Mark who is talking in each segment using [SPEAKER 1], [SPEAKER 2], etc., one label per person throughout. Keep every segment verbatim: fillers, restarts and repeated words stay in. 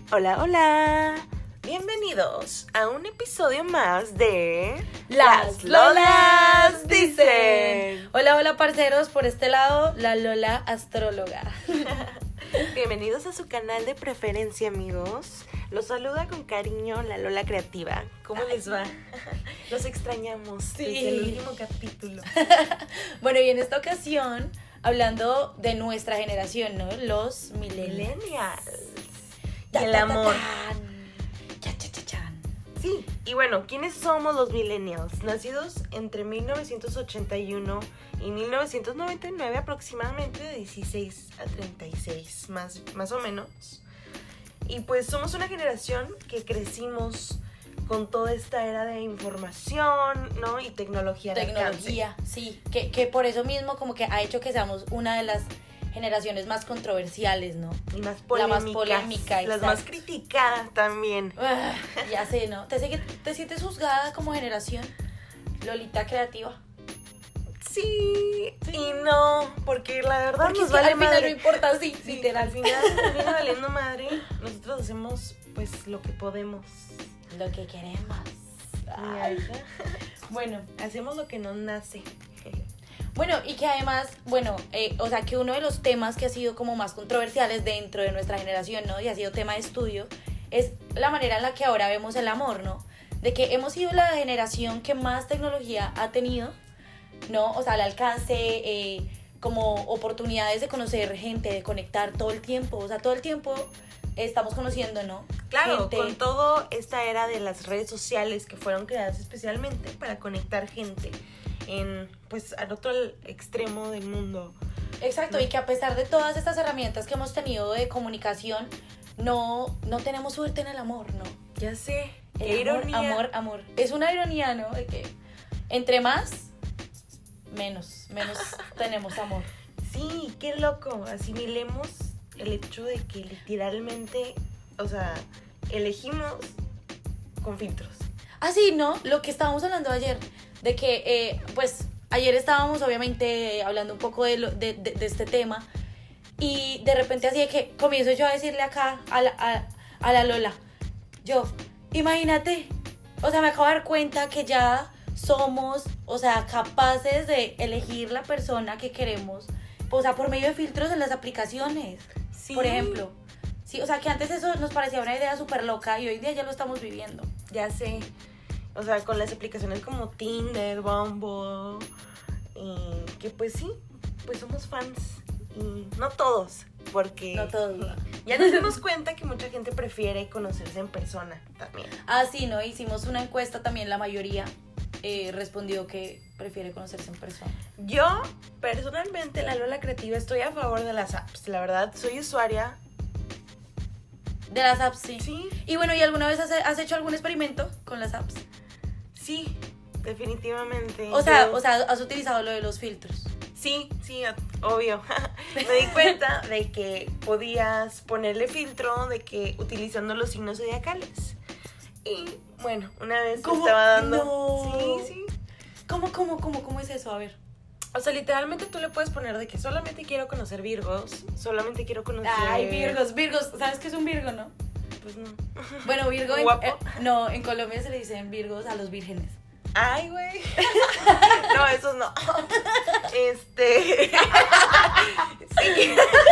[SPEAKER 1] Hola, hola. Bienvenidos a un episodio más de
[SPEAKER 2] Las Lolas Dicen. Hola, hola parceros, por este lado, la Lola astróloga.
[SPEAKER 1] Bienvenidos a su canal de preferencia, amigos. Los saluda con cariño la Lola Creativa. ¿Cómo
[SPEAKER 2] Ay.
[SPEAKER 1] les va? Los extrañamos
[SPEAKER 2] Sí.
[SPEAKER 1] desde el último capítulo.
[SPEAKER 2] Bueno, y en esta ocasión, hablando de nuestra generación, ¿no? Los millennials.
[SPEAKER 1] Millennials.
[SPEAKER 2] Ta,
[SPEAKER 1] Y el
[SPEAKER 2] ta, ta,
[SPEAKER 1] amor.
[SPEAKER 2] tan. Cha, cha, cha, chan.
[SPEAKER 1] Sí, y bueno, ¿quiénes somos los millennials? Nacidos entre mil novecientos ochenta y uno y mil novecientos noventa y nueve, aproximadamente de dieciséis a treinta y seis, más, más o menos. Y pues somos una generación que crecimos con toda esta era de información, ¿no? Y tecnología de
[SPEAKER 2] Tecnología, sí, que, que por eso mismo como que ha hecho que seamos una de las generaciones más controversiales, ¿no?
[SPEAKER 1] alcance. Y más
[SPEAKER 2] La
[SPEAKER 1] polémicas.
[SPEAKER 2] más polémica,
[SPEAKER 1] Las
[SPEAKER 2] exacto.
[SPEAKER 1] más criticadas también.
[SPEAKER 2] Ah, ya sé, ¿no? ¿Te, sé que te sientes juzgada como generación? Lolita creativa.
[SPEAKER 1] Sí, y no, porque la verdad
[SPEAKER 2] Porque
[SPEAKER 1] nos
[SPEAKER 2] es que
[SPEAKER 1] vale
[SPEAKER 2] al final
[SPEAKER 1] madre.
[SPEAKER 2] no importa, sí,
[SPEAKER 1] Sí,
[SPEAKER 2] literal.
[SPEAKER 1] al final nos viene valiendo madre. Nosotros hacemos pues lo que podemos.
[SPEAKER 2] Lo que queremos.
[SPEAKER 1] Ay,
[SPEAKER 2] Ay.
[SPEAKER 1] ajá.
[SPEAKER 2] Bueno,
[SPEAKER 1] Hacemos lo que nos nace.
[SPEAKER 2] bueno, y que además, bueno, eh, o sea, que uno de los temas que ha sido como más controversiales dentro de nuestra generación, ¿no? Y ha sido tema de estudio, es la manera en la que ahora vemos el amor, ¿no? De que hemos sido la generación que más tecnología ha tenido, ¿no? O sea, al alcance, eh, como oportunidades de conocer gente, de conectar todo el tiempo, o sea, todo el tiempo estamos conociendo, ¿no?
[SPEAKER 1] Claro,
[SPEAKER 2] Gente.
[SPEAKER 1] con toda esta era de las redes sociales que fueron creadas especialmente para conectar gente en, pues, al otro extremo del mundo.
[SPEAKER 2] Exacto,
[SPEAKER 1] ¿no?
[SPEAKER 2] y que a pesar de todas estas herramientas que hemos tenido de comunicación, no, no tenemos suerte en el amor, ¿no?
[SPEAKER 1] Ya sé,
[SPEAKER 2] El
[SPEAKER 1] qué
[SPEAKER 2] amor,
[SPEAKER 1] ironía.
[SPEAKER 2] amor, amor. Es una ironía, ¿no? De que entre más, menos, menos tenemos amor.
[SPEAKER 1] Sí, qué loco. Asimilemos el hecho de que literalmente, o sea, elegimos con filtros.
[SPEAKER 2] Ah, sí, ¿no? Lo que estábamos hablando ayer, de que, eh, pues, ayer estábamos obviamente hablando un poco de, lo, de, de, de este tema, y de repente así de que comienzo yo a decirle acá a la, a, a la Lola, yo, imagínate, o sea, me acabo de dar cuenta que ya somos, o sea, capaces de elegir la persona que queremos, o sea, por medio de filtros en las aplicaciones,
[SPEAKER 1] Sí.
[SPEAKER 2] por ejemplo. Sí, o sea, que antes eso nos parecía una idea súper loca y hoy día ya lo estamos viviendo.
[SPEAKER 1] Ya sé. O sea, con las aplicaciones como Tinder, Bumble, y que pues sí, pues somos fans. Y no todos, porque
[SPEAKER 2] No todos.
[SPEAKER 1] ya nos dimos cuenta que mucha gente prefiere conocerse en persona también.
[SPEAKER 2] Ah, sí, ¿no? Hicimos una encuesta también, la mayoría eh, respondió que prefiere conocerse en persona.
[SPEAKER 1] Yo, personalmente, la Lola Creativa, estoy a favor de las apps. La verdad, soy usuaria.
[SPEAKER 2] De las apps, sí.
[SPEAKER 1] Sí,
[SPEAKER 2] Y bueno, ¿y alguna vez has, has hecho algún experimento con las apps?
[SPEAKER 1] sí, definitivamente.
[SPEAKER 2] O sea,
[SPEAKER 1] Yo-
[SPEAKER 2] o sea, has utilizado lo de los filtros.
[SPEAKER 1] Sí, sí, obvio. Me di cuenta de que podías ponerle filtro, de que utilizando los signos zodiacales. Y bueno, una vez me
[SPEAKER 2] ¿Cómo?
[SPEAKER 1] estaba dando.
[SPEAKER 2] No.
[SPEAKER 1] Sí, sí.
[SPEAKER 2] ¿Cómo, cómo, cómo, cómo es eso? A ver.
[SPEAKER 1] O sea, literalmente tú le puedes poner de que solamente quiero conocer Virgos, solamente quiero conocer.
[SPEAKER 2] Ay, Virgos, Virgos. ¿Sabes qué es un Virgo, no?
[SPEAKER 1] Pues no.
[SPEAKER 2] Bueno, Virgo, en,
[SPEAKER 1] ¿Guapo?
[SPEAKER 2] eh, no, en Colombia se le dicen Virgos a los vírgenes.
[SPEAKER 1] Ay, güey. No, esos no. Este. Sí.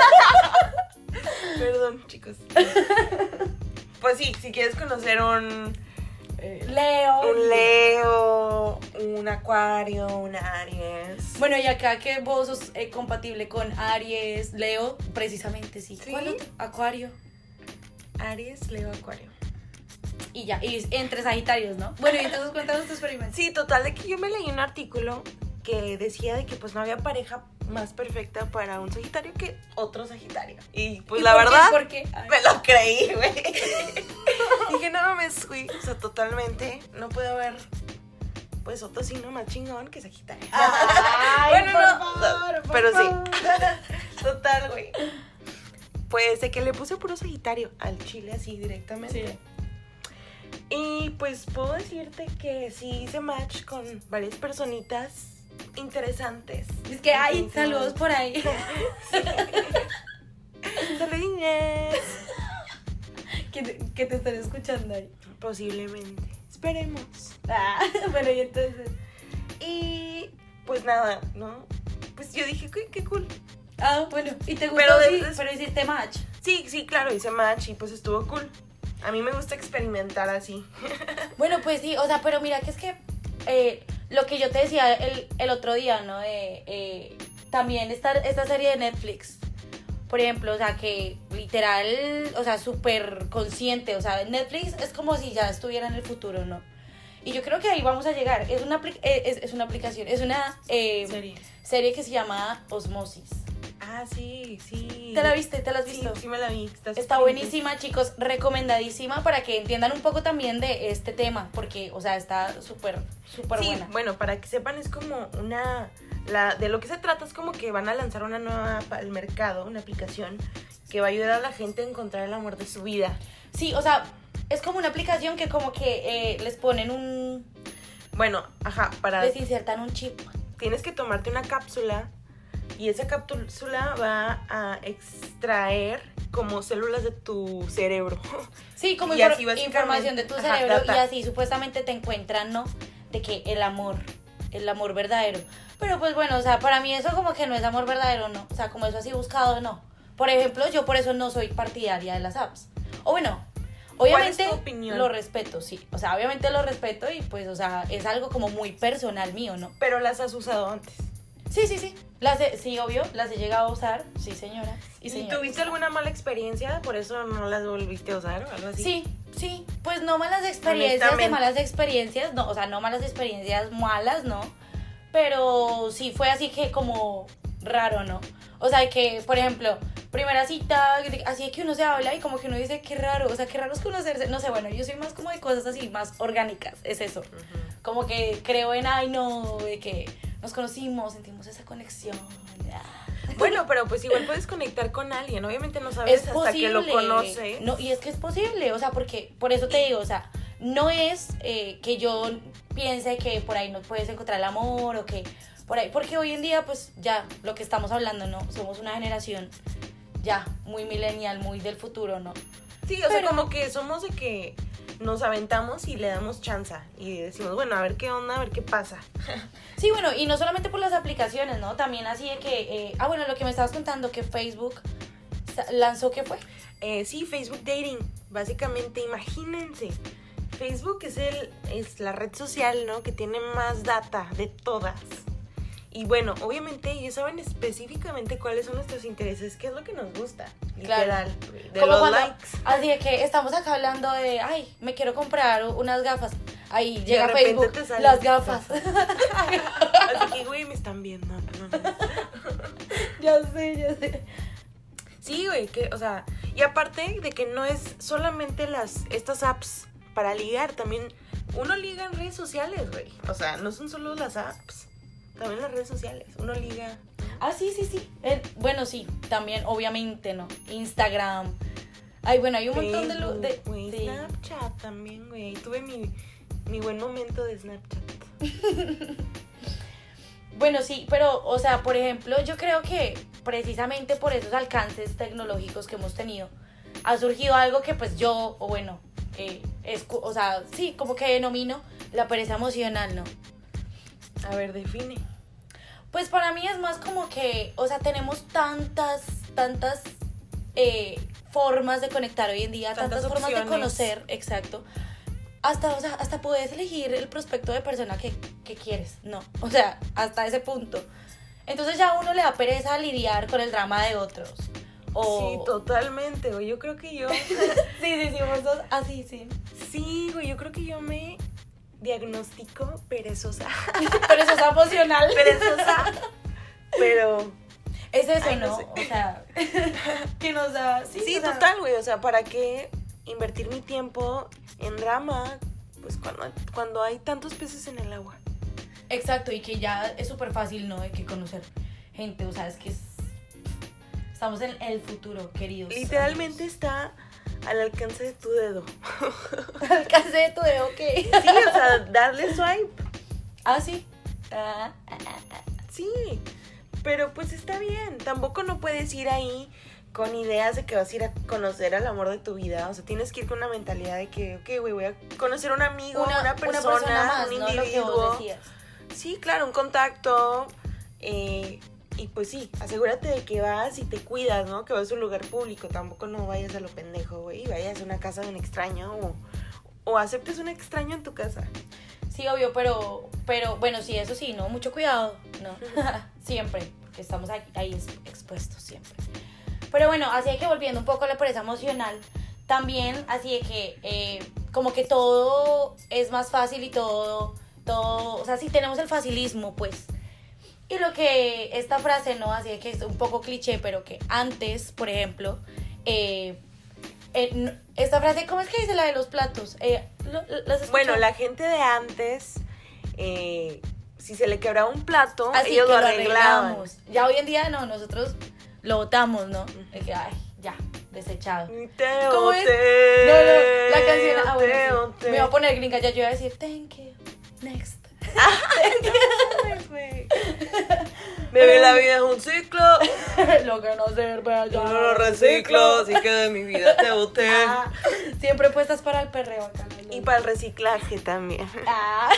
[SPEAKER 1] Perdón, chicos. Pues sí, si quieres conocer un.
[SPEAKER 2] Leo.
[SPEAKER 1] Un Leo, un Acuario, un Aries.
[SPEAKER 2] Bueno, y acá que vos sos eh, compatible con Aries, Leo, precisamente, sí.
[SPEAKER 1] Sí.
[SPEAKER 2] ¿Cuál otro? Acuario.
[SPEAKER 1] Aries, Leo, Acuario.
[SPEAKER 2] Y ya, y entre Sagitarios, ¿no? Bueno, y entonces cuéntanos tu experimento.
[SPEAKER 1] Sí, total, de que yo me leí un artículo que decía de que pues no había pareja más perfecta para un Sagitario que otro Sagitario. Y pues
[SPEAKER 2] ¿Y
[SPEAKER 1] la
[SPEAKER 2] por qué?
[SPEAKER 1] verdad,
[SPEAKER 2] ¿Por qué? Ay.
[SPEAKER 1] me lo creí, güey. Dije, no mames, güey. O sea, totalmente no puede haber pues otro signo más chingón que Sagitario.
[SPEAKER 2] Ay,
[SPEAKER 1] Bueno,
[SPEAKER 2] por
[SPEAKER 1] no,
[SPEAKER 2] favor, por
[SPEAKER 1] pero
[SPEAKER 2] favor.
[SPEAKER 1] sí. Total, güey. Pues de que le puse puro Sagitario al chile así directamente.
[SPEAKER 2] Sí.
[SPEAKER 1] Y pues puedo decirte que sí hice match con varias personitas interesantes.
[SPEAKER 2] Es que hay
[SPEAKER 1] Entonces,
[SPEAKER 2] saludos por ahí.
[SPEAKER 1] Saludines.
[SPEAKER 2] que, te, que te están escuchando ahí.
[SPEAKER 1] Posiblemente. Esperemos.
[SPEAKER 2] Ah, bueno, y entonces.
[SPEAKER 1] Y pues nada, ¿no? Pues yo dije, qué, qué cool.
[SPEAKER 2] Ah, bueno, ¿y te gustó?
[SPEAKER 1] Pero,
[SPEAKER 2] Sí,
[SPEAKER 1] de-
[SPEAKER 2] pero hiciste match.
[SPEAKER 1] Sí, sí, claro, hice match y pues estuvo cool. A mí me gusta experimentar así.
[SPEAKER 2] Bueno, pues sí, o sea, pero mira que es que eh, lo que yo te decía el, el otro día, ¿no? De, eh, también esta, esta serie de Netflix, por ejemplo, o sea, que literal, o sea, súper consciente, o sea, Netflix es como si ya estuviera en el futuro, ¿no? Y yo creo que ahí vamos a llegar. Es una, apli- eh, es, es una aplicación, es una eh,
[SPEAKER 1] Serie.
[SPEAKER 2] serie que se llama Osmosis.
[SPEAKER 1] Ah, sí, sí.
[SPEAKER 2] ¿Te la viste? ¿Te la has
[SPEAKER 1] Sí,
[SPEAKER 2] visto?
[SPEAKER 1] sí me la vi. Está,
[SPEAKER 2] Está
[SPEAKER 1] súper
[SPEAKER 2] buenísima, chicos, recomendadísima para que entiendan un poco también de este tema, porque, o sea, está súper, súper
[SPEAKER 1] Sí,
[SPEAKER 2] buena.
[SPEAKER 1] bueno, para que sepan, es como una... La, de lo que se trata es como que van a lanzar una nueva para el mercado, una aplicación que va a ayudar a la gente a encontrar el amor de su vida.
[SPEAKER 2] Sí, o sea, es como una aplicación que como que eh, les ponen un...
[SPEAKER 1] Bueno, ajá, para...
[SPEAKER 2] les insertan un chip.
[SPEAKER 1] Tienes que tomarte una cápsula y esa cápsula va a extraer como células de tu cerebro.
[SPEAKER 2] Sí, como
[SPEAKER 1] Y
[SPEAKER 2] infor-
[SPEAKER 1] así básicamente-
[SPEAKER 2] información de tu
[SPEAKER 1] ajá,
[SPEAKER 2] cerebro y
[SPEAKER 1] data.
[SPEAKER 2] así supuestamente te encuentran, ¿no? De que el amor, el amor verdadero. Pero pues bueno, o sea, para mí eso como que no es amor verdadero, ¿no? O sea, como eso así buscado, no. Por ejemplo, yo por eso no soy partidaria de las apps. O bueno, obviamente
[SPEAKER 1] ¿Cuál es tu opinión?
[SPEAKER 2] lo respeto, sí. O sea, obviamente lo respeto y pues, o sea, es algo como muy personal mío, ¿no?
[SPEAKER 1] Pero las has usado antes.
[SPEAKER 2] Sí, sí, sí. Las he- sí, obvio, las he llegado a usar, sí, señora. Y
[SPEAKER 1] ¿Y
[SPEAKER 2] señores.
[SPEAKER 1] tuviste alguna mala experiencia? ¿Por eso no las volviste a usar o algo así?
[SPEAKER 2] Sí, sí, pues no malas experiencias de
[SPEAKER 1] Honestamente.
[SPEAKER 2] malas experiencias, no, o sea, no malas experiencias malas, no, pero sí fue así que como raro, ¿no? O sea, que, por ejemplo, primera cita, así de que uno se habla y como que uno dice, qué raro, o sea, qué raro es conocerse, no sé, bueno, yo soy más como de cosas así, más orgánicas, es eso,
[SPEAKER 1] Ujú.
[SPEAKER 2] como que creo en, ay, no, de que nos conocimos, sentimos esa conexión, ah.
[SPEAKER 1] Bueno, pero pues igual puedes conectar con alguien. Obviamente no sabes
[SPEAKER 2] Es
[SPEAKER 1] hasta
[SPEAKER 2] posible.
[SPEAKER 1] que lo conoces.
[SPEAKER 2] No, y es que es posible, o sea, porque por eso te digo, o sea, no es eh, que yo piense que por ahí no puedes encontrar el amor o que por ahí, porque hoy en día pues ya lo que estamos hablando, ¿no? Somos una generación ya muy millennial, muy del futuro, ¿no?
[SPEAKER 1] Sí, o sea,
[SPEAKER 2] Pero-
[SPEAKER 1] como que somos de que nos aventamos y le damos chanza. Y decimos, bueno, a ver qué onda, a ver qué pasa.
[SPEAKER 2] Sí, bueno, y no solamente por las aplicaciones, ¿no? También así de que, eh, ah, bueno, lo que me estabas contando, que Facebook sa- lanzó, ¿qué fue?
[SPEAKER 1] Eh, sí, Facebook Dating. Básicamente, imagínense. Facebook es, el, es la red social, ¿no? Que tiene más data de todas. Y bueno, obviamente ellos saben específicamente cuáles son nuestros intereses, qué es lo que nos gusta.
[SPEAKER 2] Claro.
[SPEAKER 1] Literal. De
[SPEAKER 2] Como
[SPEAKER 1] los
[SPEAKER 2] cuando-
[SPEAKER 1] likes.
[SPEAKER 2] Así de que estamos acá hablando de, ay, me quiero comprar unas gafas. Ahí
[SPEAKER 1] de
[SPEAKER 2] llega
[SPEAKER 1] repente
[SPEAKER 2] Facebook,
[SPEAKER 1] te salen
[SPEAKER 2] las gafas.
[SPEAKER 1] Así que, güey, me están viendo. No, no, no.
[SPEAKER 2] Ya sé, ya sé.
[SPEAKER 1] Sí, güey, que, o sea, y aparte de que no es solamente las estas apps para ligar, también uno liga en redes sociales, güey. O sea, no son solo las apps, también las redes sociales. Uno liga.
[SPEAKER 2] Ah, sí, sí, sí. Eh, bueno, sí, también, obviamente, ¿no? Instagram. Ay, bueno, hay un montón de... lu- de,
[SPEAKER 1] Facebook, güey,
[SPEAKER 2] de-
[SPEAKER 1] Snapchat también, güey. Ahí tuve mi, mi buen momento de Snapchat.
[SPEAKER 2] Bueno, sí, pero, o sea, por ejemplo, yo creo que precisamente por esos alcances tecnológicos que hemos tenido, ha surgido algo que pues yo, o bueno, eh, es, cu- o sea, sí, como que denomino la pereza emocional, ¿no?
[SPEAKER 1] A ver, define.
[SPEAKER 2] Pues para mí es más como que, o sea, tenemos tantas, tantas eh, formas de conectar hoy en día, tantas,
[SPEAKER 1] Tantas
[SPEAKER 2] formas de
[SPEAKER 1] opciones.
[SPEAKER 2] conocer, exacto. Hasta, o sea, hasta puedes elegir el prospecto de persona que, que quieres, ¿no? O sea, hasta ese punto. Entonces ya a uno le da pereza lidiar con el drama de otros. O...
[SPEAKER 1] Sí, totalmente, güey. Yo creo que yo...
[SPEAKER 2] sí, sí, sí, vos sos así, sí.
[SPEAKER 1] Sí, güey, yo creo que yo me diagnostico perezosa.
[SPEAKER 2] Pero eso es emocional.
[SPEAKER 1] Perezosa. Pero...
[SPEAKER 2] Es eso,
[SPEAKER 1] Ay, no
[SPEAKER 2] ¿no?
[SPEAKER 1] sé.
[SPEAKER 2] O sea, que nos da... Sí,
[SPEAKER 1] Sí,
[SPEAKER 2] o sea,
[SPEAKER 1] total, güey. O sea, ¿para qué invertir mi tiempo en drama? Pues cuando, cuando hay tantos peces en el agua.
[SPEAKER 2] Exacto, y que ya es súper fácil, ¿no? De que conocer gente, o sea, es que es... Estamos en el futuro, queridos.
[SPEAKER 1] Literalmente está al alcance de tu dedo.
[SPEAKER 2] amigos. Alcance de tu dedo, ok.
[SPEAKER 1] Sí, o sea, darle swipe.
[SPEAKER 2] Ah, sí. Ah, ah, ah, ah.
[SPEAKER 1] Sí, pero pues está bien. Tampoco no puedes ir ahí con ideas de que vas a ir a conocer al amor de tu vida. O sea, tienes que ir con una mentalidad de que, ok, güey, voy a conocer un amigo, una, una, persona,
[SPEAKER 2] una persona más,
[SPEAKER 1] un
[SPEAKER 2] ¿no?
[SPEAKER 1] individuo.
[SPEAKER 2] Lo que vos decías.
[SPEAKER 1] Sí, claro, un contacto. Eh, y pues sí, asegúrate de que vas y te cuidas, ¿no? Que vas a un lugar público. Tampoco no vayas a lo pendejo, güey. Y vayas a una casa de un extraño o, o aceptes un extraño en tu casa.
[SPEAKER 2] Sí, obvio, pero, pero bueno, sí, eso sí, ¿no? Mucho cuidado, ¿no? Siempre, porque estamos ahí, ahí expuestos siempre. Pero bueno, así de que volviendo un poco a la pureza emocional, también así de que eh, como que todo es más fácil y todo, todo, o sea, sí tenemos el facilismo, pues. Y lo que esta frase, ¿no? Así de que es un poco cliché, pero que antes, por ejemplo, eh, eh, esta frase, ¿cómo es que dice la de los platos? Eh, ¿lo, ¿las
[SPEAKER 1] bueno, la gente de antes, eh, si se le quebraba un plato,
[SPEAKER 2] así
[SPEAKER 1] ellos
[SPEAKER 2] que
[SPEAKER 1] lo
[SPEAKER 2] lo
[SPEAKER 1] arreglaban.
[SPEAKER 2] arreglamos. Ya hoy en día no, nosotros lo botamos, ¿no? Uh-huh. Que, ay, ya, desechado.
[SPEAKER 1] Te
[SPEAKER 2] ¿Cómo
[SPEAKER 1] boté,
[SPEAKER 2] es? No, no, la canción, ah, bueno,
[SPEAKER 1] te
[SPEAKER 2] sí.
[SPEAKER 1] boté.
[SPEAKER 2] Me voy a poner gringa, ya yo iba a decir, thank you, next.
[SPEAKER 1] Thank you. Bebé, la vida es un ciclo.
[SPEAKER 2] Lo que no sirve ya
[SPEAKER 1] yo no lo reciclo, así que de mi vida te boté.
[SPEAKER 2] Ah, siempre puestas para el perreo acá, ¿no?
[SPEAKER 1] Y para el reciclaje también.
[SPEAKER 2] Ah.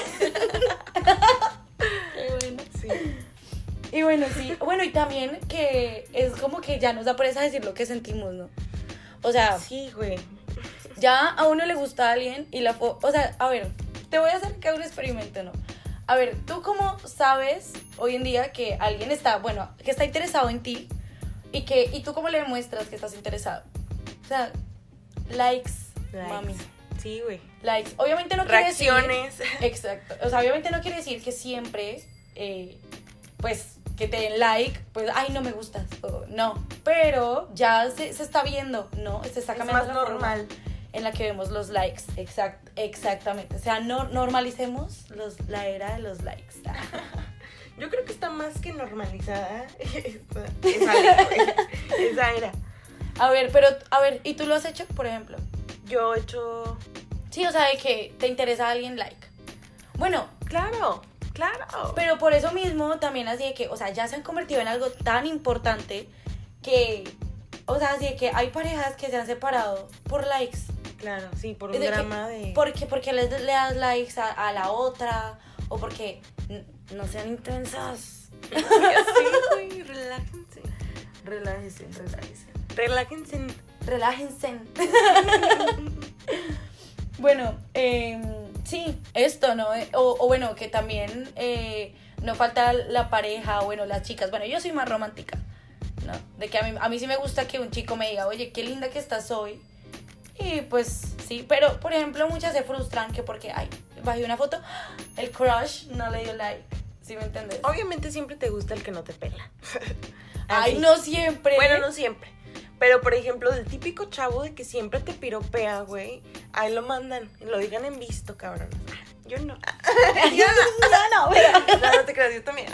[SPEAKER 2] Qué bueno.
[SPEAKER 1] Sí.
[SPEAKER 2] Y bueno, sí. Bueno, y también que es como que ya nos da pereza decir lo que sentimos, ¿no? O sea,
[SPEAKER 1] sí, güey.
[SPEAKER 2] Ya a uno le gusta a alguien y la fo- o sea, a ver, te voy a hacer que haga un experimento, ¿no? A ver, ¿tú cómo sabes hoy en día que alguien está, bueno, que está interesado en ti y que y tú cómo le demuestras que estás interesado? O sea, likes,
[SPEAKER 1] likes.
[SPEAKER 2] mami.
[SPEAKER 1] Sí, güey.
[SPEAKER 2] Likes. Obviamente no quiere decir...
[SPEAKER 1] Reacciones.
[SPEAKER 2] Exacto. O sea, obviamente no quiere decir que siempre, eh, pues, que te den like, pues, ay, no me gustas. O, no. Pero ya se, se está viendo, ¿no? Se está cambiando
[SPEAKER 1] es más
[SPEAKER 2] la
[SPEAKER 1] normal.
[SPEAKER 2] forma en la que vemos los likes. Exact, exactamente. O sea, no, normalicemos los, la era de los likes.
[SPEAKER 1] Yo creo que está más que normalizada esa, esa, era, esa era.
[SPEAKER 2] A ver, pero, a ver, ¿y tú lo has hecho, por ejemplo?
[SPEAKER 1] Yo he hecho...
[SPEAKER 2] Sí, o sea, de que te interesa a alguien, like. Bueno,
[SPEAKER 1] claro, claro.
[SPEAKER 2] Pero por eso mismo también así de que, o sea, ya se han convertido en algo tan importante que, o sea, así de que hay parejas que se han separado por likes.
[SPEAKER 1] Claro, sí, por un
[SPEAKER 2] Es de
[SPEAKER 1] drama
[SPEAKER 2] que,
[SPEAKER 1] de...
[SPEAKER 2] Porque, porque le, le das likes a, a la otra, o porque n- no sean intensas.
[SPEAKER 1] Sí, güey, relájense. Relájense, relájense. Relájense.
[SPEAKER 2] Relájense. Bueno, eh, sí, esto, ¿no? O, o bueno, que también eh, no falta la pareja, o bueno, las chicas. Bueno, yo soy más romántica, ¿no? De que a mí, a mí sí me gusta que un chico me diga, oye, qué linda que estás hoy. Y pues sí, pero por ejemplo muchas se frustran que porque, ay, bajé una foto, el crush no le dio like, ¿sí me entiendes?
[SPEAKER 1] Obviamente siempre te gusta el que no te pela.
[SPEAKER 2] Ay, no siempre.
[SPEAKER 1] Bueno, no siempre. Pero, por ejemplo, del típico chavo de que siempre te piropea, güey, ahí lo mandan, lo digan en visto, cabrón. Yo no.
[SPEAKER 2] Yo no, no, no, pero...
[SPEAKER 1] No, no te creas, yo también.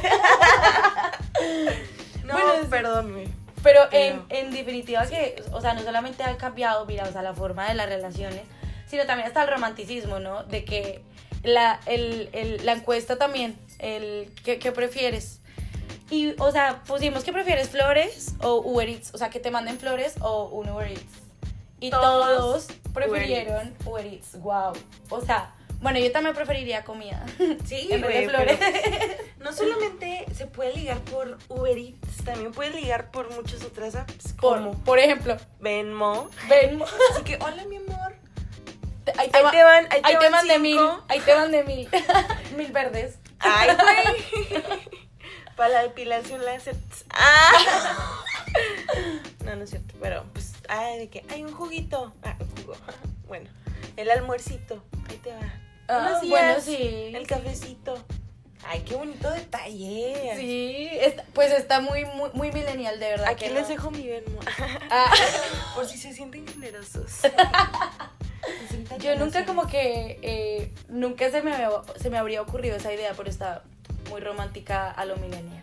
[SPEAKER 1] No,
[SPEAKER 2] Bueno,
[SPEAKER 1] perdón, güey.
[SPEAKER 2] Pero,
[SPEAKER 1] Pero...
[SPEAKER 2] En, en definitiva que, o sea, no solamente ha cambiado, mira, o sea, la forma de las relaciones, sino también hasta el romanticismo, ¿no? De que la, el, el, la encuesta también, el ¿qué, qué prefieres? Y, o sea, pusimos que prefieres flores o Uber Eats, o sea, que te manden flores o un Uber Eats. Y todos, todos prefirieron Uber Eats. Uber Eats, wow. O sea, bueno, yo también preferiría comida.
[SPEAKER 1] Sí,
[SPEAKER 2] en vez
[SPEAKER 1] güey,
[SPEAKER 2] de flores.
[SPEAKER 1] No solamente se puede ligar por Uber Eats, también puedes ligar por muchas otras apps.
[SPEAKER 2] Por,
[SPEAKER 1] Como
[SPEAKER 2] por ejemplo,
[SPEAKER 1] Venmo.
[SPEAKER 2] Venmo.
[SPEAKER 1] Así que, hola, mi amor.
[SPEAKER 2] Ahí te,
[SPEAKER 1] ahí
[SPEAKER 2] va,
[SPEAKER 1] te van, ahí te
[SPEAKER 2] ahí
[SPEAKER 1] van
[SPEAKER 2] te van de
[SPEAKER 1] cinco.
[SPEAKER 2] mil. Ahí te van de mil. Mil verdes.
[SPEAKER 1] Ay, güey. Para la depilación láser. Ah. No, no es cierto. Pero, pues, ay, de que hay un juguito. Ah, un jugo. Bueno, el almuercito. Ahí te va.
[SPEAKER 2] Ah,
[SPEAKER 1] Unos días,
[SPEAKER 2] bueno, sí.
[SPEAKER 1] El cafecito. Ay, qué bonito detalle.
[SPEAKER 2] Sí, está, pues está muy, muy, muy millennial, de verdad.
[SPEAKER 1] Aquí
[SPEAKER 2] que
[SPEAKER 1] les
[SPEAKER 2] no.
[SPEAKER 1] dejo mi Venmo.
[SPEAKER 2] Ah.
[SPEAKER 1] Por si se sienten generosos.
[SPEAKER 2] Yo nunca como que, eh, nunca se me, había, se me habría ocurrido esa idea, pero está muy romántica a lo millennial.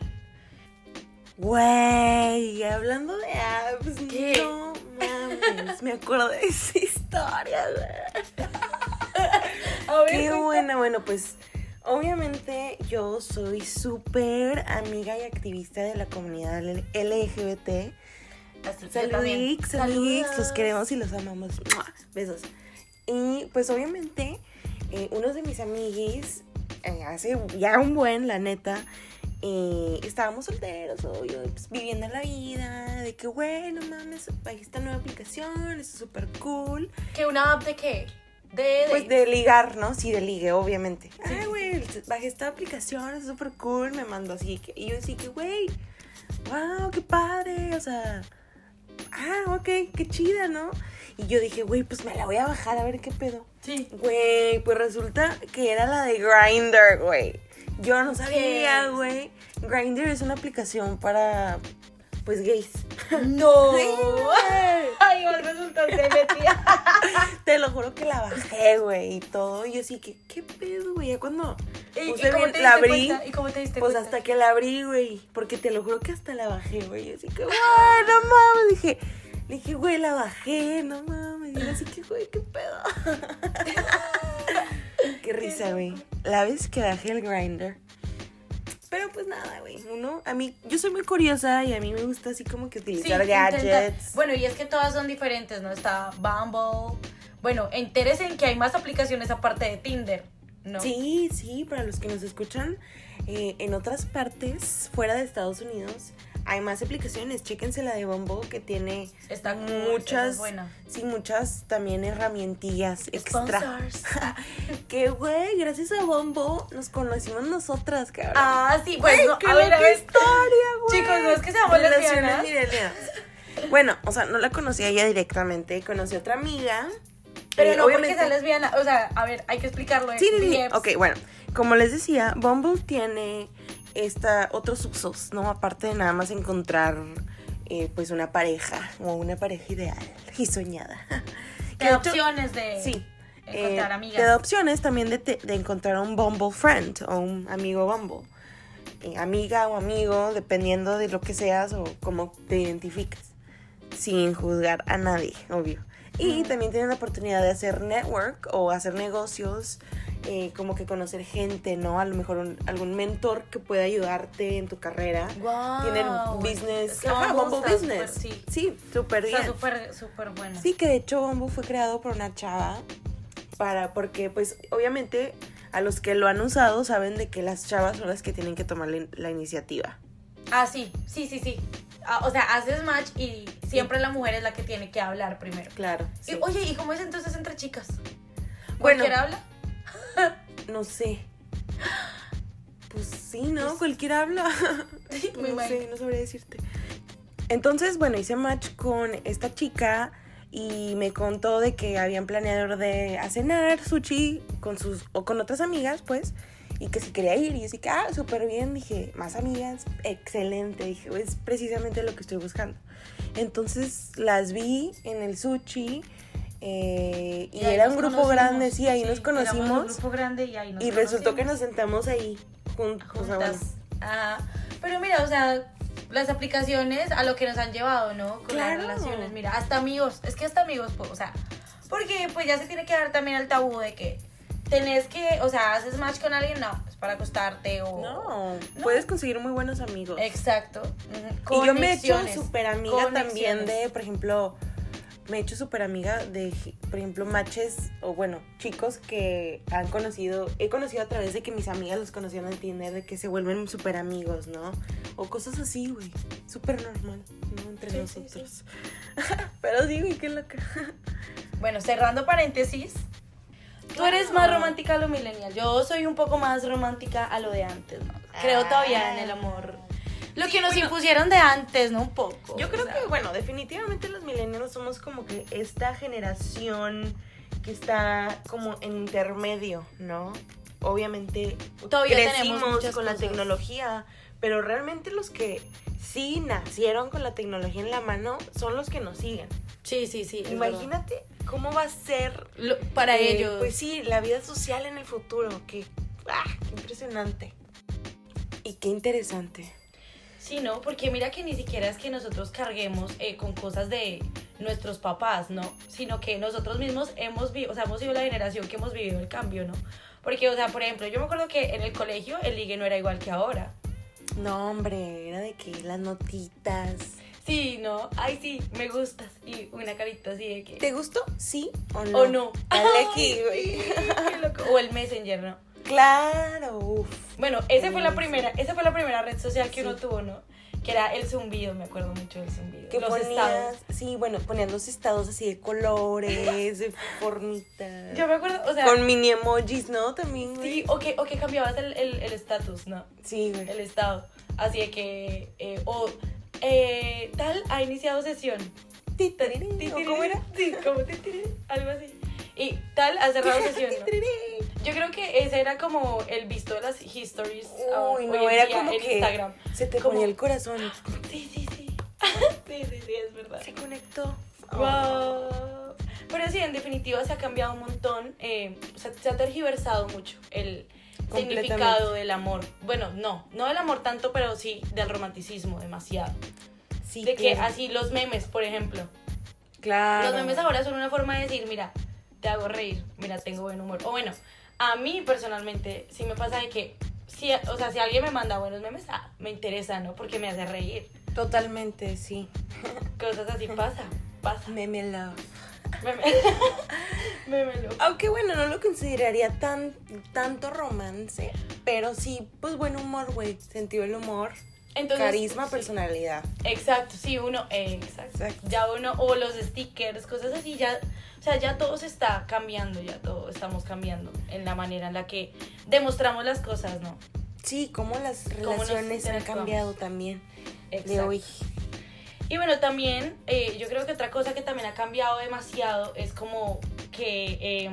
[SPEAKER 1] Güey, hablando de apps,
[SPEAKER 2] ¿qué?
[SPEAKER 1] No mames, me acuerdo de esa historia, güey.
[SPEAKER 2] A ver,
[SPEAKER 1] Qué
[SPEAKER 2] cuenta.
[SPEAKER 1] buena, bueno, pues obviamente yo soy súper amiga y activista de la comunidad L G B T
[SPEAKER 2] Así, yo también.
[SPEAKER 1] Saludos, saludos, los queremos y los amamos. ¡Mua! Besos. Y pues obviamente, eh, unos de mis amiguis, eh, hace ya un buen, la neta, eh, estábamos solteros, obvio, pues, viviendo la vida, de que, güey, no mames, bajé esta nueva aplicación, es súper cool.
[SPEAKER 2] ¿Qué una app de qué? De, de...
[SPEAKER 1] Pues de ligar, ¿no? Sí, de ligue, obviamente.
[SPEAKER 2] Sí,
[SPEAKER 1] Ay,
[SPEAKER 2] sí,
[SPEAKER 1] güey, bajé esta aplicación, es súper cool, me mandó así. Que, y yo así que, güey, wow, qué padre, o sea, ah, ok, qué chida, ¿no? Y yo dije, güey, pues me la voy a bajar a ver qué pedo.
[SPEAKER 2] Sí.
[SPEAKER 1] Güey, pues resulta que era la de Grindr, güey. Yo no sabía, güey. Grindr es una aplicación para, pues, gays.
[SPEAKER 2] No.
[SPEAKER 1] Sí, güey.
[SPEAKER 2] Ay, vos resultaste metida.
[SPEAKER 1] Te lo juro que la bajé, güey, y todo. Y yo así que, ¿qué pedo, güey? Ya cuando
[SPEAKER 2] ¿Y,
[SPEAKER 1] puse
[SPEAKER 2] y cómo
[SPEAKER 1] bien,
[SPEAKER 2] te
[SPEAKER 1] la
[SPEAKER 2] diste
[SPEAKER 1] abrí,
[SPEAKER 2] cuenta? ¿Y cómo te diste
[SPEAKER 1] pues
[SPEAKER 2] cuenta?
[SPEAKER 1] hasta que la abrí, güey. Porque te lo juro que hasta la bajé, güey. Así que, güey, no mames. Dije, le dije, güey, la bajé, no mames. Y yo así que, güey, ¿qué pedo? Qué risa, güey. La vez que bajé el Grindr. Pero pues nada, güey. Uno, a mí, yo soy muy curiosa y a mí me gusta así como que
[SPEAKER 2] Sí,
[SPEAKER 1] utilizar gadgets.
[SPEAKER 2] intenta- Bueno, y es que todas son diferentes, ¿no? Está Bumble. Bueno, entérese en que hay más aplicaciones aparte de Tinder, ¿no?
[SPEAKER 1] Sí, sí, para los que nos escuchan eh, en otras partes, fuera de Estados Unidos, hay más aplicaciones. Chéquense la de Bumble, que tiene
[SPEAKER 2] Está cool, esa
[SPEAKER 1] muchas,
[SPEAKER 2] es buena.
[SPEAKER 1] sí, muchas también herramientillas extra.
[SPEAKER 2] Sponsors.
[SPEAKER 1] Que, güey, gracias a Bumble nos conocimos nosotras, cabrón.
[SPEAKER 2] Ah, sí, pues
[SPEAKER 1] Güey,
[SPEAKER 2] no,
[SPEAKER 1] qué
[SPEAKER 2] a ver, a
[SPEAKER 1] loca
[SPEAKER 2] ver.
[SPEAKER 1] historia, güey.
[SPEAKER 2] Chicos, no es que seamos
[SPEAKER 1] Relaciones
[SPEAKER 2] lesbianas.
[SPEAKER 1] millennials. Bueno, o sea, no la conocí a ella directamente, conocí a otra amiga.
[SPEAKER 2] Pero
[SPEAKER 1] eh,
[SPEAKER 2] no
[SPEAKER 1] obviamente-
[SPEAKER 2] porque sea lesbiana, o sea, a ver, hay que explicarlo.
[SPEAKER 1] Sí, sí, sí.
[SPEAKER 2] B Fs.
[SPEAKER 1] Ok, bueno, como les decía, Bumble tiene esta, otros usos, ¿no? Aparte de nada más encontrar, eh, pues, una pareja o una pareja ideal y soñada.
[SPEAKER 2] Te
[SPEAKER 1] Que
[SPEAKER 2] da
[SPEAKER 1] de hecho-
[SPEAKER 2] opciones de
[SPEAKER 1] Sí.
[SPEAKER 2] encontrar
[SPEAKER 1] eh,
[SPEAKER 2] amigas.
[SPEAKER 1] Te da opciones también de, te- de encontrar un Bumble friend o un amigo Bumble. Eh, amiga o amigo, dependiendo de lo que seas o cómo te identificas. Sin juzgar a nadie, obvio. Y
[SPEAKER 2] Mm.
[SPEAKER 1] también tienen la oportunidad de hacer network o hacer negocios, eh, como que conocer gente, ¿no? A lo mejor un- algún mentor que pueda ayudarte en tu carrera.
[SPEAKER 2] Wow.
[SPEAKER 1] Tienen business,
[SPEAKER 2] Es que
[SPEAKER 1] ajá,
[SPEAKER 2] Bumble
[SPEAKER 1] Bumble
[SPEAKER 2] está
[SPEAKER 1] business.
[SPEAKER 2] súper, sí.
[SPEAKER 1] Sí, súper
[SPEAKER 2] Está
[SPEAKER 1] bien.
[SPEAKER 2] súper, súper bueno.
[SPEAKER 1] Sí, que de hecho Bumble fue creado por una chava para, porque pues obviamente a los que lo han usado saben de que las chavas son las que tienen que tomar la, la iniciativa.
[SPEAKER 2] Ah, sí, sí, sí, sí. Ah, o sea, haces match y siempre la mujer es la que tiene que hablar primero.
[SPEAKER 1] Claro.
[SPEAKER 2] Y,
[SPEAKER 1] sí.
[SPEAKER 2] oye, ¿y cómo es entonces entre chicas?
[SPEAKER 1] Bueno.
[SPEAKER 2] ¿Cualquiera habla?
[SPEAKER 1] No sé. Pues sí, ¿no? Cualquiera habla.
[SPEAKER 2] Sí,
[SPEAKER 1] Pues
[SPEAKER 2] me
[SPEAKER 1] no
[SPEAKER 2] imagino.
[SPEAKER 1] sé, no sabría decirte. Entonces, bueno, hice match con esta chica y me contó de que habían planeado de a cenar sushi con sus o con otras amigas, pues, y que si quería ir. Y yo así que, ah, súper bien. Dije, más amigas, excelente. Dije, es precisamente lo que estoy buscando. Entonces las vi en el sushi. Eh, y,
[SPEAKER 2] Y ahí
[SPEAKER 1] era
[SPEAKER 2] nos
[SPEAKER 1] un grupo
[SPEAKER 2] conocimos.
[SPEAKER 1] grande, sí, ahí nos
[SPEAKER 2] éramos
[SPEAKER 1] conocimos.
[SPEAKER 2] un grupo grande y ahí nos
[SPEAKER 1] Y resultó que
[SPEAKER 2] conocimos.
[SPEAKER 1] nos sentamos ahí juntos. O sea, bueno,
[SPEAKER 2] Juntas. Ajá. Pero mira, o sea, las aplicaciones a lo que nos han llevado, ¿no? Con
[SPEAKER 1] Claro.
[SPEAKER 2] las relaciones. Mira, hasta amigos. Es que hasta amigos, pues, o sea, porque pues ya se tiene que dar también al tabú de que tenés que, o sea, haces match con alguien, no, es para acostarte o...
[SPEAKER 1] no,
[SPEAKER 2] No.
[SPEAKER 1] puedes conseguir muy buenos amigos.
[SPEAKER 2] Exacto. Ujú.
[SPEAKER 1] Y yo me he hecho
[SPEAKER 2] Conexiones.
[SPEAKER 1] súper amiga también
[SPEAKER 2] Conexiones.
[SPEAKER 1] de, por ejemplo, me he hecho súper amiga de, por ejemplo, matches o bueno, chicos que han conocido, he conocido a través de que mis amigas los conocieron en Tinder, de que se vuelven súper amigos, ¿no? O cosas así, güey, súper normal, ¿no? Entre
[SPEAKER 2] Sí,
[SPEAKER 1] nosotros.
[SPEAKER 2] sí,
[SPEAKER 1] Pero sí, güey, qué loca.
[SPEAKER 2] Bueno, cerrando paréntesis. Tú eres más romántica a lo millennial. Yo soy un poco más romántica a lo de antes, ¿no? Creo
[SPEAKER 1] Ah.
[SPEAKER 2] todavía en el amor. Lo
[SPEAKER 1] Sí,
[SPEAKER 2] que nos
[SPEAKER 1] bueno.
[SPEAKER 2] impusieron de antes, ¿no? Un poco.
[SPEAKER 1] Yo creo
[SPEAKER 2] o sea.
[SPEAKER 1] que, bueno, definitivamente los millennials somos como que esta generación que está como en intermedio, ¿no? Obviamente
[SPEAKER 2] Todavía tenemos
[SPEAKER 1] crecimos
[SPEAKER 2] muchas
[SPEAKER 1] con la
[SPEAKER 2] cosas.
[SPEAKER 1] tecnología, pero realmente los que sí nacieron con la tecnología en la mano son los que nos siguen.
[SPEAKER 2] Sí, sí, sí. es
[SPEAKER 1] Imagínate cómo va a ser
[SPEAKER 2] verdad. Lo- para
[SPEAKER 1] eh,
[SPEAKER 2] ellos.
[SPEAKER 1] pues sí, la vida social en el futuro. Que, ah, qué impresionante. Y qué interesante.
[SPEAKER 2] Sí, ¿no? Porque mira que ni siquiera es que nosotros carguemos eh, con cosas de nuestros papás, ¿no? Sino que nosotros mismos hemos vivido, o sea, hemos sido la generación que hemos vivido el cambio, ¿no? Porque, o sea, por ejemplo, yo me acuerdo que en el colegio el ligue no era igual que ahora.
[SPEAKER 1] No, hombre, era de que las notitas.
[SPEAKER 2] Sí, no, ay sí, me gustas. Y una carita así de que...
[SPEAKER 1] ¿Te gustó? ¿Sí o no?
[SPEAKER 2] O no.
[SPEAKER 1] Dale aquí, güey.
[SPEAKER 2] Qué loco. O el Messenger, ¿no?
[SPEAKER 1] Claro, uff.
[SPEAKER 2] Bueno, esa fue la
[SPEAKER 1] Sí.
[SPEAKER 2] primera, esa fue la primera red social que
[SPEAKER 1] Sí.
[SPEAKER 2] uno tuvo, ¿no? Que era el zumbido, me acuerdo mucho del zumbido.
[SPEAKER 1] Que
[SPEAKER 2] Los
[SPEAKER 1] ponías,
[SPEAKER 2] estados.
[SPEAKER 1] sí, bueno, ponían los estados así de colores, de formitas.
[SPEAKER 2] Yo me acuerdo, o sea...
[SPEAKER 1] Con mini emojis, ¿no? También, güey.
[SPEAKER 2] Sí, o que, o que cambiabas el el el estatus, ¿no?
[SPEAKER 1] Sí, güey.
[SPEAKER 2] El estado. Así de que, eh, o eh, tal ha iniciado sesión.
[SPEAKER 1] Titirirín,
[SPEAKER 2] Ti,
[SPEAKER 1] ¿o
[SPEAKER 2] ti,
[SPEAKER 1] cómo
[SPEAKER 2] ti,
[SPEAKER 1] era?
[SPEAKER 2] Sí, como ti, ti, ti, algo así. Y tal ha cerrado sesión, ¿no?
[SPEAKER 1] Titirirín.
[SPEAKER 2] Yo creo que ese era como el visto de las histories ah,
[SPEAKER 1] Uy,
[SPEAKER 2] hoy
[SPEAKER 1] no,
[SPEAKER 2] en
[SPEAKER 1] era
[SPEAKER 2] día
[SPEAKER 1] como
[SPEAKER 2] en
[SPEAKER 1] que
[SPEAKER 2] Instagram.
[SPEAKER 1] se te
[SPEAKER 2] Como-
[SPEAKER 1] ponía el corazón.
[SPEAKER 2] Sí, sí, sí. Sí, sí, sí, es verdad.
[SPEAKER 1] Se conectó.
[SPEAKER 2] Wow. Pero sí, en definitiva se ha cambiado un montón. eh, se, se ha tergiversado mucho el
[SPEAKER 1] Completamente.
[SPEAKER 2] significado del amor. Bueno, no, no del amor tanto, pero sí del romanticismo, demasiado.
[SPEAKER 1] Sí,
[SPEAKER 2] De que
[SPEAKER 1] claro.
[SPEAKER 2] así los memes, por ejemplo.
[SPEAKER 1] Claro.
[SPEAKER 2] Los memes ahora son una forma de decir, mira, te hago reír, mira, tengo buen humor. O bueno, a mí personalmente sí me pasa de que, si, o sea, si alguien me manda buenos memes, ah, me interesa, ¿no? Porque me hace reír.
[SPEAKER 1] Totalmente, sí.
[SPEAKER 2] Cosas así pasa, pasa.
[SPEAKER 1] Meme love.
[SPEAKER 2] Meme, meme loco.
[SPEAKER 1] Aunque bueno, no lo consideraría tan tanto romance, pero sí, pues buen humor, güey. Sentido del humor,
[SPEAKER 2] Entonces,
[SPEAKER 1] carisma,
[SPEAKER 2] sí.
[SPEAKER 1] personalidad.
[SPEAKER 2] Exacto, sí, uno, eh, exacto.
[SPEAKER 1] Exacto.
[SPEAKER 2] Ya uno, o los stickers, cosas así, ya, o sea, ya todo se está cambiando, ya todo estamos cambiando en la manera en la que demostramos las cosas, ¿no?
[SPEAKER 1] Sí, cómo las
[SPEAKER 2] Cómo nos
[SPEAKER 1] relaciones han
[SPEAKER 2] interactuamos.
[SPEAKER 1] cambiado también de
[SPEAKER 2] Exacto.
[SPEAKER 1] hoy.
[SPEAKER 2] Y bueno, también, eh, yo creo que otra cosa que también ha cambiado demasiado es como que, eh,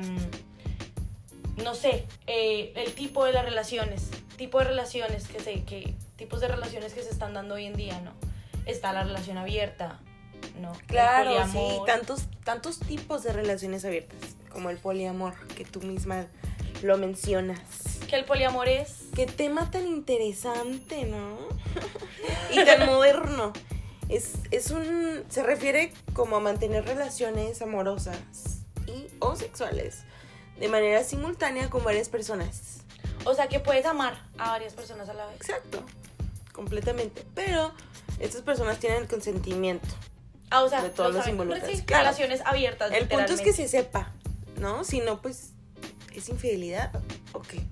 [SPEAKER 2] no sé, eh, el tipo de las relaciones, tipo de relaciones que se, que, tipos de relaciones que se están dando hoy en día, ¿no? Está la relación abierta, ¿no? El
[SPEAKER 1] Claro, sí,
[SPEAKER 2] poliamor.
[SPEAKER 1] tantos, tantos tipos de relaciones abiertas, como el poliamor, que tú misma lo mencionas.
[SPEAKER 2] Que el poliamor es...
[SPEAKER 1] Qué tema tan interesante, ¿no? Y tan moderno. Es, es un... Se refiere como a mantener relaciones amorosas y o sexuales de manera simultánea con varias personas.
[SPEAKER 2] O sea, que puedes amar a varias personas a la vez.
[SPEAKER 1] Exacto, completamente. Pero estas personas tienen el consentimiento.
[SPEAKER 2] Ah, o sea,
[SPEAKER 1] De todos
[SPEAKER 2] lo
[SPEAKER 1] los
[SPEAKER 2] saben.
[SPEAKER 1] involucrados,
[SPEAKER 2] Sí,
[SPEAKER 1] claro.
[SPEAKER 2] relaciones abiertas,
[SPEAKER 1] El punto es que
[SPEAKER 2] literalmente.
[SPEAKER 1] se sepa, ¿no? Si no, pues, ¿es infidelidad o qué?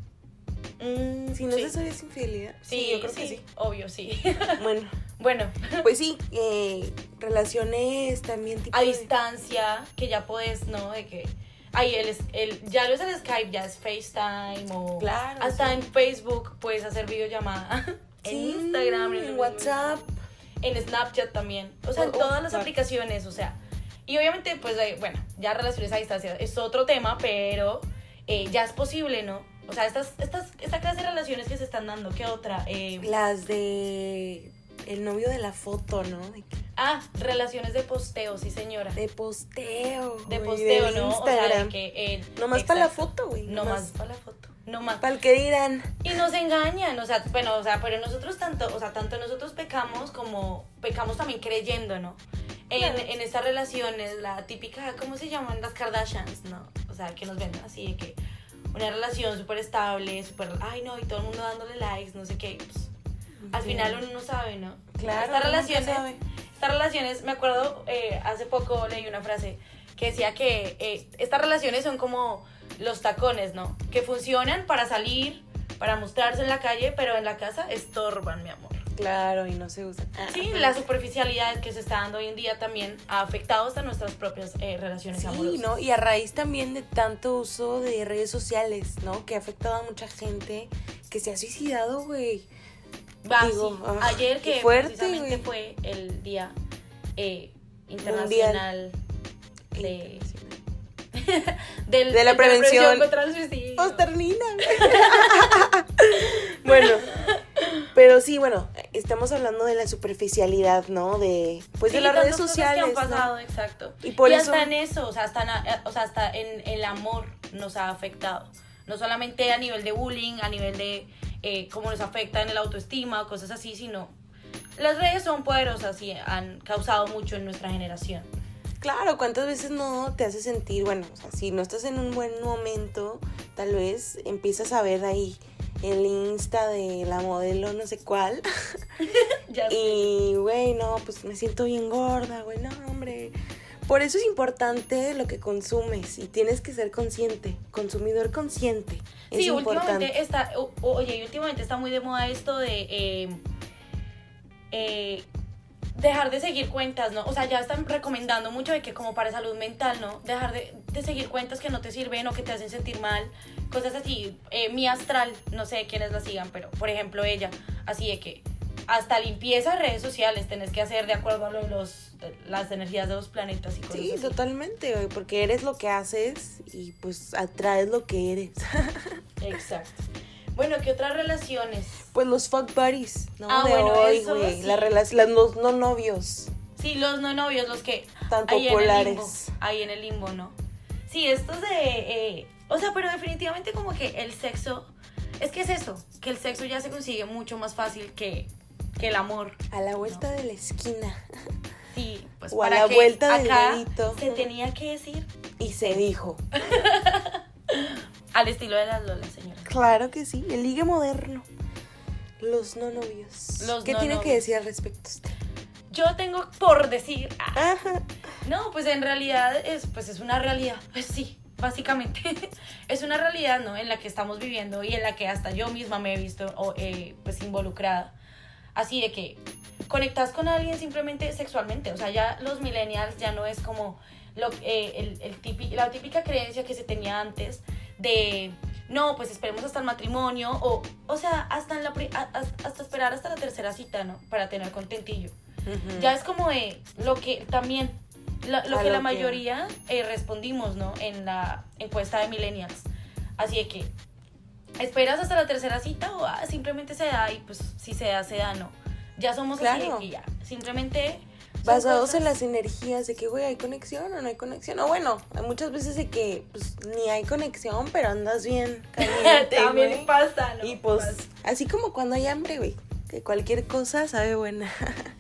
[SPEAKER 2] Mm,
[SPEAKER 1] Si no
[SPEAKER 2] sí.
[SPEAKER 1] se sabe, ¿es infidelidad?
[SPEAKER 2] Sí,
[SPEAKER 1] yo creo
[SPEAKER 2] sí,
[SPEAKER 1] que sí.
[SPEAKER 2] obvio, sí.
[SPEAKER 1] Bueno,
[SPEAKER 2] Bueno,
[SPEAKER 1] pues sí, eh, relaciones también tipo
[SPEAKER 2] a
[SPEAKER 1] de-
[SPEAKER 2] distancia, que ya puedes, ¿no? De que... Ahí el, el, ya no es el Skype, ya es FaceTime o...
[SPEAKER 1] Claro,
[SPEAKER 2] Hasta
[SPEAKER 1] sí.
[SPEAKER 2] en Facebook puedes hacer videollamada. En
[SPEAKER 1] Sí,
[SPEAKER 2] Instagram,
[SPEAKER 1] en WhatsApp.
[SPEAKER 2] En Snapchat también. O sea, en
[SPEAKER 1] Uf,
[SPEAKER 2] todas las
[SPEAKER 1] claro.
[SPEAKER 2] aplicaciones, o sea. Y obviamente, pues, eh, bueno, ya relaciones a distancia es otro tema, pero eh, ya es posible, ¿no? O sea, estas, estas, esta clase de relaciones que se están dando, ¿qué otra? Eh,
[SPEAKER 1] Las de el novio de la foto, ¿no? De, que-
[SPEAKER 2] ah, relaciones de posteo, sí, señora.
[SPEAKER 1] de posteo.
[SPEAKER 2] De
[SPEAKER 1] güey,
[SPEAKER 2] posteo,
[SPEAKER 1] del
[SPEAKER 2] ¿no? O sea, de
[SPEAKER 1] Instagram.
[SPEAKER 2] que... eh,
[SPEAKER 1] Nomás para la
[SPEAKER 2] exacto.
[SPEAKER 1] foto, güey.
[SPEAKER 2] No más para la foto. No más.
[SPEAKER 1] Para el que dirán.
[SPEAKER 2] Y nos engañan, o sea, bueno, o sea, pero nosotros tanto, o sea, tanto nosotros pecamos como pecamos también creyendo, ¿no? En,
[SPEAKER 1] Claro.
[SPEAKER 2] en estas relaciones, la típica, ¿cómo se llaman? Las Kardashians, ¿no? O sea, que nos ven así de que una relación súper estable, súper, ay no, y todo el mundo dándole likes, no sé qué. Pues, al final uno no sabe, ¿no?
[SPEAKER 1] Claro,
[SPEAKER 2] Estas
[SPEAKER 1] uno nunca
[SPEAKER 2] relaciones,
[SPEAKER 1] sabe.
[SPEAKER 2] estas relaciones, me acuerdo, eh, hace poco leí una frase que decía que eh, estas relaciones son como los tacones, ¿no? Que funcionan para salir, para mostrarse en la calle, pero en la casa estorban, mi amor.
[SPEAKER 1] Claro, y no se usa.
[SPEAKER 2] Sí, la superficialidad que se está dando hoy en día también ha afectado hasta nuestras propias eh, relaciones
[SPEAKER 1] Sí,
[SPEAKER 2] amorosas.
[SPEAKER 1] ¿no? Y a raíz también de tanto uso de redes sociales, ¿no? Que ha afectado a mucha gente que se ha suicidado, güey.
[SPEAKER 2] Va,
[SPEAKER 1] Digo,
[SPEAKER 2] sí.
[SPEAKER 1] ah,
[SPEAKER 2] Ayer
[SPEAKER 1] qué
[SPEAKER 2] que
[SPEAKER 1] fuerte,
[SPEAKER 2] precisamente
[SPEAKER 1] güey.
[SPEAKER 2] fue el Día eh, Internacional de, del-
[SPEAKER 1] De la prevención.
[SPEAKER 2] contra el suicidio.
[SPEAKER 1] ¡Oh, termina! Bueno, pero sí, bueno, estamos hablando de la superficialidad, ¿no? De, pues,
[SPEAKER 2] Sí,
[SPEAKER 1] de las
[SPEAKER 2] tantas
[SPEAKER 1] redes
[SPEAKER 2] cosas
[SPEAKER 1] sociales,
[SPEAKER 2] que han pasado,
[SPEAKER 1] ¿no?
[SPEAKER 2] exacto.
[SPEAKER 1] Y por
[SPEAKER 2] y
[SPEAKER 1] eso-
[SPEAKER 2] hasta en eso, o sea, hasta, en, o sea, hasta en el amor nos ha afectado. No solamente a nivel de bullying, a nivel de eh, cómo nos afecta en el autoestima o cosas así, sino las redes son poderosas y han causado mucho en nuestra generación.
[SPEAKER 1] Claro, ¿cuántas veces no te hace sentir, bueno, o sea, si no estás en un buen momento, tal vez empiezas a ver ahí el Insta de la modelo no sé cuál.
[SPEAKER 2] Ya sé.
[SPEAKER 1] Y, güey, no, pues me siento bien gorda, güey, no, hombre. Por eso es importante lo que consumes y tienes que ser consciente, consumidor consciente. Es
[SPEAKER 2] Sí,
[SPEAKER 1] importante.
[SPEAKER 2] últimamente está, o- oye, y últimamente está muy de moda esto de eh, eh, dejar de seguir cuentas, ¿no? O sea, ya están recomendando mucho de que como para salud mental, ¿no? Dejar de, de seguir cuentas que no te sirven o que te hacen sentir mal, cosas así. Eh, mi astral, no sé quiénes la sigan, pero por ejemplo ella, así de que hasta limpieza de redes sociales tenés que hacer de acuerdo a lo de los, las energías de los planetas y cosas
[SPEAKER 1] Sí,
[SPEAKER 2] así.
[SPEAKER 1] totalmente, güey, porque eres lo que haces y pues atraes lo que eres.
[SPEAKER 2] Exacto. Bueno, ¿qué otras relaciones?
[SPEAKER 1] Pues los fuck buddies, ¿no?
[SPEAKER 2] Ah,
[SPEAKER 1] de
[SPEAKER 2] bueno,
[SPEAKER 1] hoy,
[SPEAKER 2] eso
[SPEAKER 1] güey.
[SPEAKER 2] sí.
[SPEAKER 1] La relac- las- los no novios
[SPEAKER 2] Sí, los no novios, los que
[SPEAKER 1] tan
[SPEAKER 2] ahí en el limbo,
[SPEAKER 1] populares.
[SPEAKER 2] ahí en el limbo, ¿no? Sí, estos de, eh, o sea, pero definitivamente como que el sexo, es que es eso, que el sexo ya se consigue mucho más fácil que, que el amor.
[SPEAKER 1] A la vuelta de la esquina.
[SPEAKER 2] Sí, pues
[SPEAKER 1] O a
[SPEAKER 2] para
[SPEAKER 1] la
[SPEAKER 2] que
[SPEAKER 1] vuelta del
[SPEAKER 2] acá
[SPEAKER 1] dedito.
[SPEAKER 2] se tenía que decir
[SPEAKER 1] Y se dijo.
[SPEAKER 2] al estilo de las Lolas, señora.
[SPEAKER 1] Claro que sí, el ligue moderno. Los no novios.
[SPEAKER 2] Los
[SPEAKER 1] ¿Qué
[SPEAKER 2] no
[SPEAKER 1] tiene que
[SPEAKER 2] novios.
[SPEAKER 1] decir al respecto usted?
[SPEAKER 2] Yo tengo por decir, ah,
[SPEAKER 1] Ajá.
[SPEAKER 2] no, pues en realidad es, pues es una realidad, pues sí, básicamente es una realidad, ¿no? En la que estamos viviendo y en la que hasta yo misma me he visto o, eh, pues involucrada. Así de que conectas con alguien simplemente sexualmente, o sea, ya los millennials ya no es como lo, eh, el, el típi- la típica creencia que se tenía antes de, no, pues esperemos hasta el matrimonio o, o sea, hasta, en la, pri- a- a- hasta esperar hasta la tercera cita, ¿no? Para tener contentillo.
[SPEAKER 1] Ujú.
[SPEAKER 2] Ya es como de lo que también, la- lo
[SPEAKER 1] A
[SPEAKER 2] que
[SPEAKER 1] lo
[SPEAKER 2] la
[SPEAKER 1] que-
[SPEAKER 2] mayoría eh, respondimos, ¿no? En la encuesta de millennials. Así de que, ¿esperas hasta la tercera cita o ah, simplemente se da y pues si se da, se da, ¿no? Ya somos así
[SPEAKER 1] Claro.
[SPEAKER 2] de que ya, simplemente... son
[SPEAKER 1] Basados
[SPEAKER 2] cosas-
[SPEAKER 1] en las energías de que, güey, hay conexión o no hay conexión. O bueno, hay muchas veces de que, pues, ni hay conexión, pero andas bien caliente,
[SPEAKER 2] También
[SPEAKER 1] güey.
[SPEAKER 2] pasa, ¿no?
[SPEAKER 1] Y pues,
[SPEAKER 2] Pasa.
[SPEAKER 1] así como cuando hay hambre, güey, que cualquier cosa sabe buena.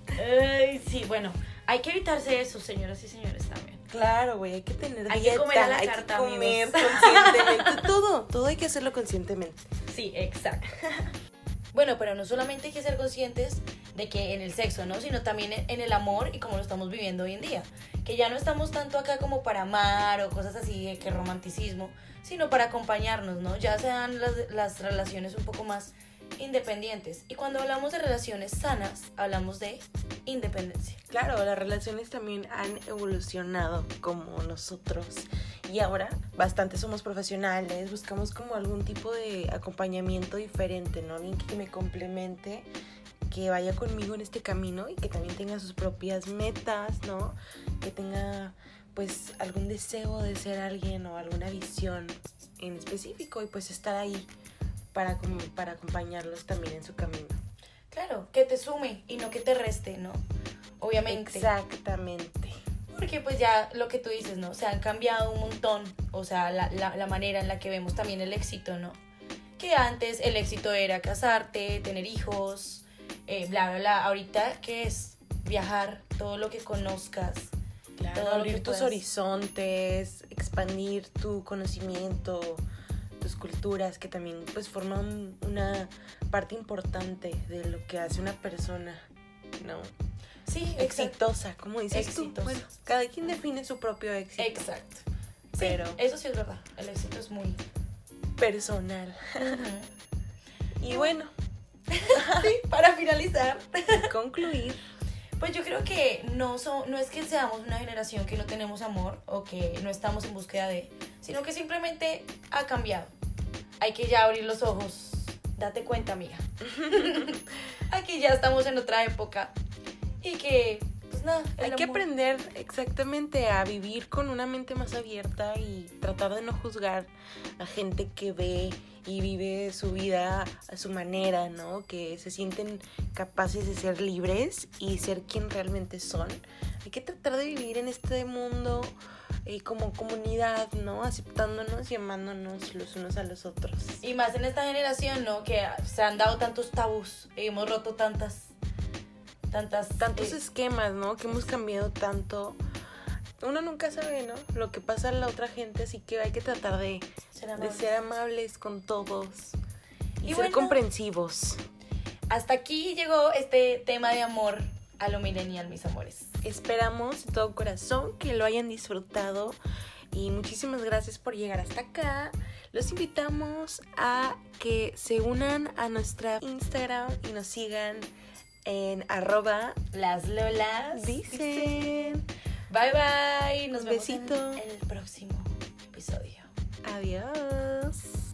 [SPEAKER 2] Ay, sí, bueno, hay que evitarse eso, señoras y señores, también.
[SPEAKER 1] Claro, güey, hay que tener
[SPEAKER 2] Hay que
[SPEAKER 1] dieta,
[SPEAKER 2] comer a la
[SPEAKER 1] hay
[SPEAKER 2] carta,
[SPEAKER 1] que comer
[SPEAKER 2] amigos.
[SPEAKER 1] conscientemente. Todo, todo hay que hacerlo conscientemente.
[SPEAKER 2] Sí, exacto. Bueno, pero no solamente hay que ser conscientes de que en el sexo, ¿no? Sino también en en el amor y como lo estamos viviendo hoy en día. Que ya no estamos tanto acá como para amar o cosas así de que romanticismo, sino para acompañarnos, ¿no? Ya se dan las, las relaciones un poco más independientes. Y cuando hablamos de relaciones sanas, hablamos de independencia.
[SPEAKER 1] Claro, las relaciones también han evolucionado como nosotros y ahora bastante somos profesionales, buscamos como algún tipo de acompañamiento diferente, ¿no? Alguien que me complemente, que vaya conmigo en este camino y que también tenga sus propias metas, ¿no? Que tenga pues algún deseo de ser alguien o alguna visión en específico y pues estar ahí para, para acompañarlos también en su camino.
[SPEAKER 2] Claro, que te sume y no que te reste, ¿no? Obviamente.
[SPEAKER 1] Exactamente.
[SPEAKER 2] Porque pues ya lo que tú dices, ¿no? Se han cambiado un montón, o sea, la, la, la manera en la que vemos también el éxito, ¿no? Que antes el éxito era casarte, tener hijos, eh, bla, bla, bla. Ahorita, ¿qué es? Viajar, todo lo que conozcas.
[SPEAKER 1] Claro,
[SPEAKER 2] todo lo
[SPEAKER 1] abrir
[SPEAKER 2] que
[SPEAKER 1] tus
[SPEAKER 2] puedas.
[SPEAKER 1] horizontes, expandir tu conocimiento, tus culturas, que también pues forman una parte importante de lo que hace una persona, ¿no?
[SPEAKER 2] Sí, exacto.
[SPEAKER 1] Exitosa, como dices
[SPEAKER 2] Exitosa.
[SPEAKER 1] tú. Bueno, cada quien define su propio éxito
[SPEAKER 2] Exacto. Sí,
[SPEAKER 1] Pero-
[SPEAKER 2] eso sí es verdad. El éxito es muy...
[SPEAKER 1] personal. Y bueno,
[SPEAKER 2] Sí, para finalizar.
[SPEAKER 1] concluir.
[SPEAKER 2] Pues yo creo que no, so- no es que seamos una generación que no tenemos amor o que no estamos en búsqueda de, sino que simplemente ha cambiado. Hay que ya abrir los ojos. Date cuenta, amiga. Aquí ya estamos en otra época y que, pues nada, el
[SPEAKER 1] Hay que
[SPEAKER 2] amor-
[SPEAKER 1] aprender exactamente a vivir con una mente más abierta y tratar de no juzgar a gente que ve y vive su vida a su manera, ¿no? Que se sienten capaces de ser libres y ser quien realmente son. Hay que tratar de vivir en este mundo eh, como comunidad, ¿no? Aceptándonos y amándonos los unos a los otros.
[SPEAKER 2] Y más en esta generación, ¿no? Que se han dado tantos tabús y hemos roto tantas, tantas...
[SPEAKER 1] Tantos
[SPEAKER 2] eh,
[SPEAKER 1] esquemas, ¿no? Que hemos cambiado tanto. Uno nunca sabe, ¿no? Lo que pasa a la otra gente, así que hay que tratar de,
[SPEAKER 2] ser
[SPEAKER 1] de
[SPEAKER 2] amables.
[SPEAKER 1] ser amables con todos.
[SPEAKER 2] Y
[SPEAKER 1] Y,
[SPEAKER 2] Y
[SPEAKER 1] ser
[SPEAKER 2] bueno.
[SPEAKER 1] comprensivos.
[SPEAKER 2] Hasta aquí llegó este tema de amor a lo millennial, mis amores.
[SPEAKER 1] Esperamos de todo corazón que lo hayan disfrutado y muchísimas gracias por llegar hasta acá. Los invitamos a que se unan a nuestra Instagram y nos sigan en arroba
[SPEAKER 2] Las Lolas
[SPEAKER 1] dicen.
[SPEAKER 2] Bye bye. Nos
[SPEAKER 1] Un
[SPEAKER 2] vemos
[SPEAKER 1] besito.
[SPEAKER 2] en el próximo episodio.
[SPEAKER 1] Adiós.